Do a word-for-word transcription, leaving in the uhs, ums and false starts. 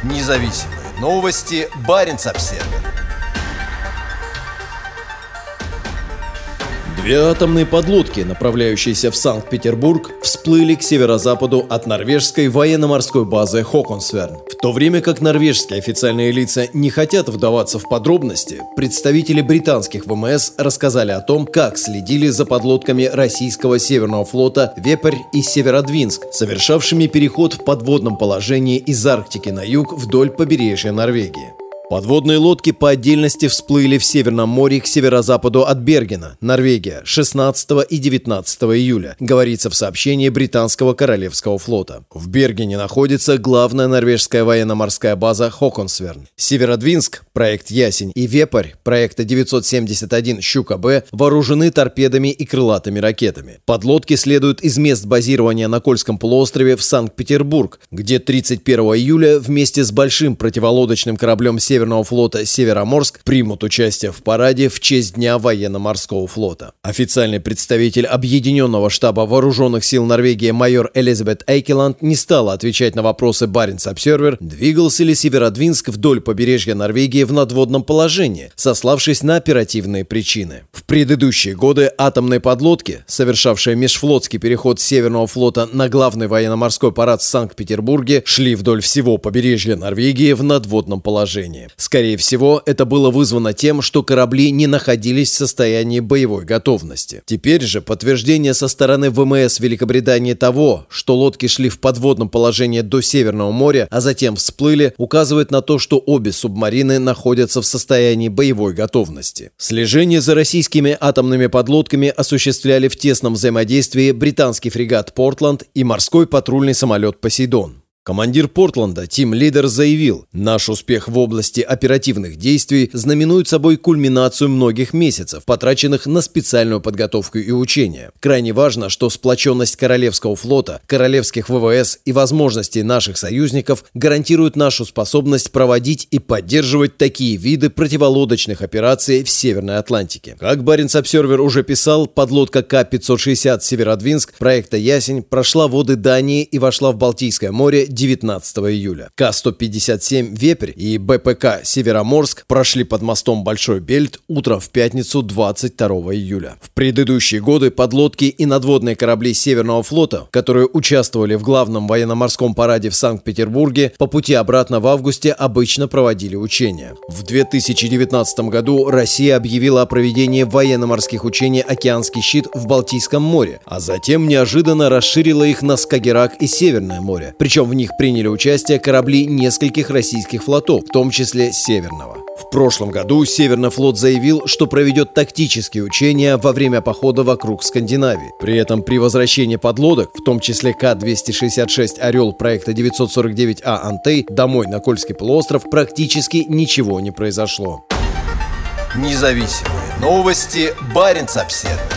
Независимые новости. Баренц-Обсервер. Две атомные подлодки, направляющиеся в Санкт-Петербург, всплыли к северо-западу от норвежской военно-морской базы Håkonsvern. В то время как норвежские официальные лица не хотят вдаваться в подробности, представители британских ВМС рассказали о том, как следили за подлодками российского Северного флота «Вепрь» и «Северодвинск», совершавшими переход в подводном положении из Арктики на юг вдоль побережья Норвегии. Подводные лодки по отдельности всплыли в Северном море к северо-западу от Бергена, Норвегия, шестнадцатого и девятнадцатого июля, говорится в сообщении британского Королевского флота. В Бергене находится главная норвежская военно-морская база Håkonsvern. Северодвинск, проект «Ясень», и «Вепрь», проекта девятьсот семьдесят один «Щука-Б», вооружены торпедами и крылатыми ракетами. Подлодки следуют из мест базирования на Кольском полуострове в Санкт-Петербург, где тридцать первого июля вместе с большим противолодочным кораблем «Север» Северного флота «Североморск» примут участие в параде в честь Дня военно-морского флота. Официальный представитель Объединенного штаба вооруженных сил Норвегии майор Элизабет Эйкеланд не стала отвечать на вопросы Баренц-Обсервер, двигался ли Северодвинск вдоль побережья Норвегии в надводном положении, сославшись на оперативные причины. В предыдущие годы атомные подлодки, совершавшие межфлотский переход Северного флота на главный военно-морской парад в Санкт-Петербурге, шли вдоль всего побережья Норвегии в надводном положении. Скорее всего, это было вызвано тем, что корабли не находились в состоянии боевой готовности. Теперь же подтверждение со стороны ВМС Великобритании того, что лодки шли в подводном положении до Северного моря, а затем всплыли, указывает на то, что обе субмарины находятся в состоянии боевой готовности. Слежение за российскими атомными подлодками осуществляли в тесном взаимодействии британский фрегат «Портланд» и морской патрульный самолет «Посейдон». Командир Портленда Тим Лидер заявил: «Наш успех в области оперативных действий знаменует собой кульминацию многих месяцев, потраченных на специальную подготовку и учения. Крайне важно, что сплоченность Королевского флота, королевских ВВС и возможности наших союзников гарантируют нашу способность проводить и поддерживать такие виды противолодочных операций в Северной Атлантике». Как Баренц-Обсервер уже писал, подлодка К пятьсот шестьдесят «Северодвинск» проекта «Ясень» прошла воды Дании и вошла в Балтийское море девятнадцатого июля. К сто пятьдесят семь «Вепрь» и БПК «Североморск» прошли под мостом Большой Бельт утром в пятницу двадцать второго июля. В предыдущие годы подлодки и надводные корабли Северного флота, которые участвовали в главном военно-морском параде в Санкт-Петербурге, по пути обратно в августе обычно проводили учения. В две тысячи девятнадцатом году Россия объявила о проведении военно-морских учений «Океанский щит» в Балтийском море, а затем неожиданно расширила их на Скагеррак и Северное море. Причем в них приняли участие корабли нескольких российских флотов, в том числе Северного. В прошлом году Северный флот заявил, что проведет тактические учения во время похода вокруг Скандинавии. При этом при возвращении подлодок, в том числе К двести шестьдесят шесть «Орел» проекта девятьсот сорок девять А «Антей», домой на Кольский полуостров, практически ничего не произошло. Независимые новости. Баренц-Обсервер.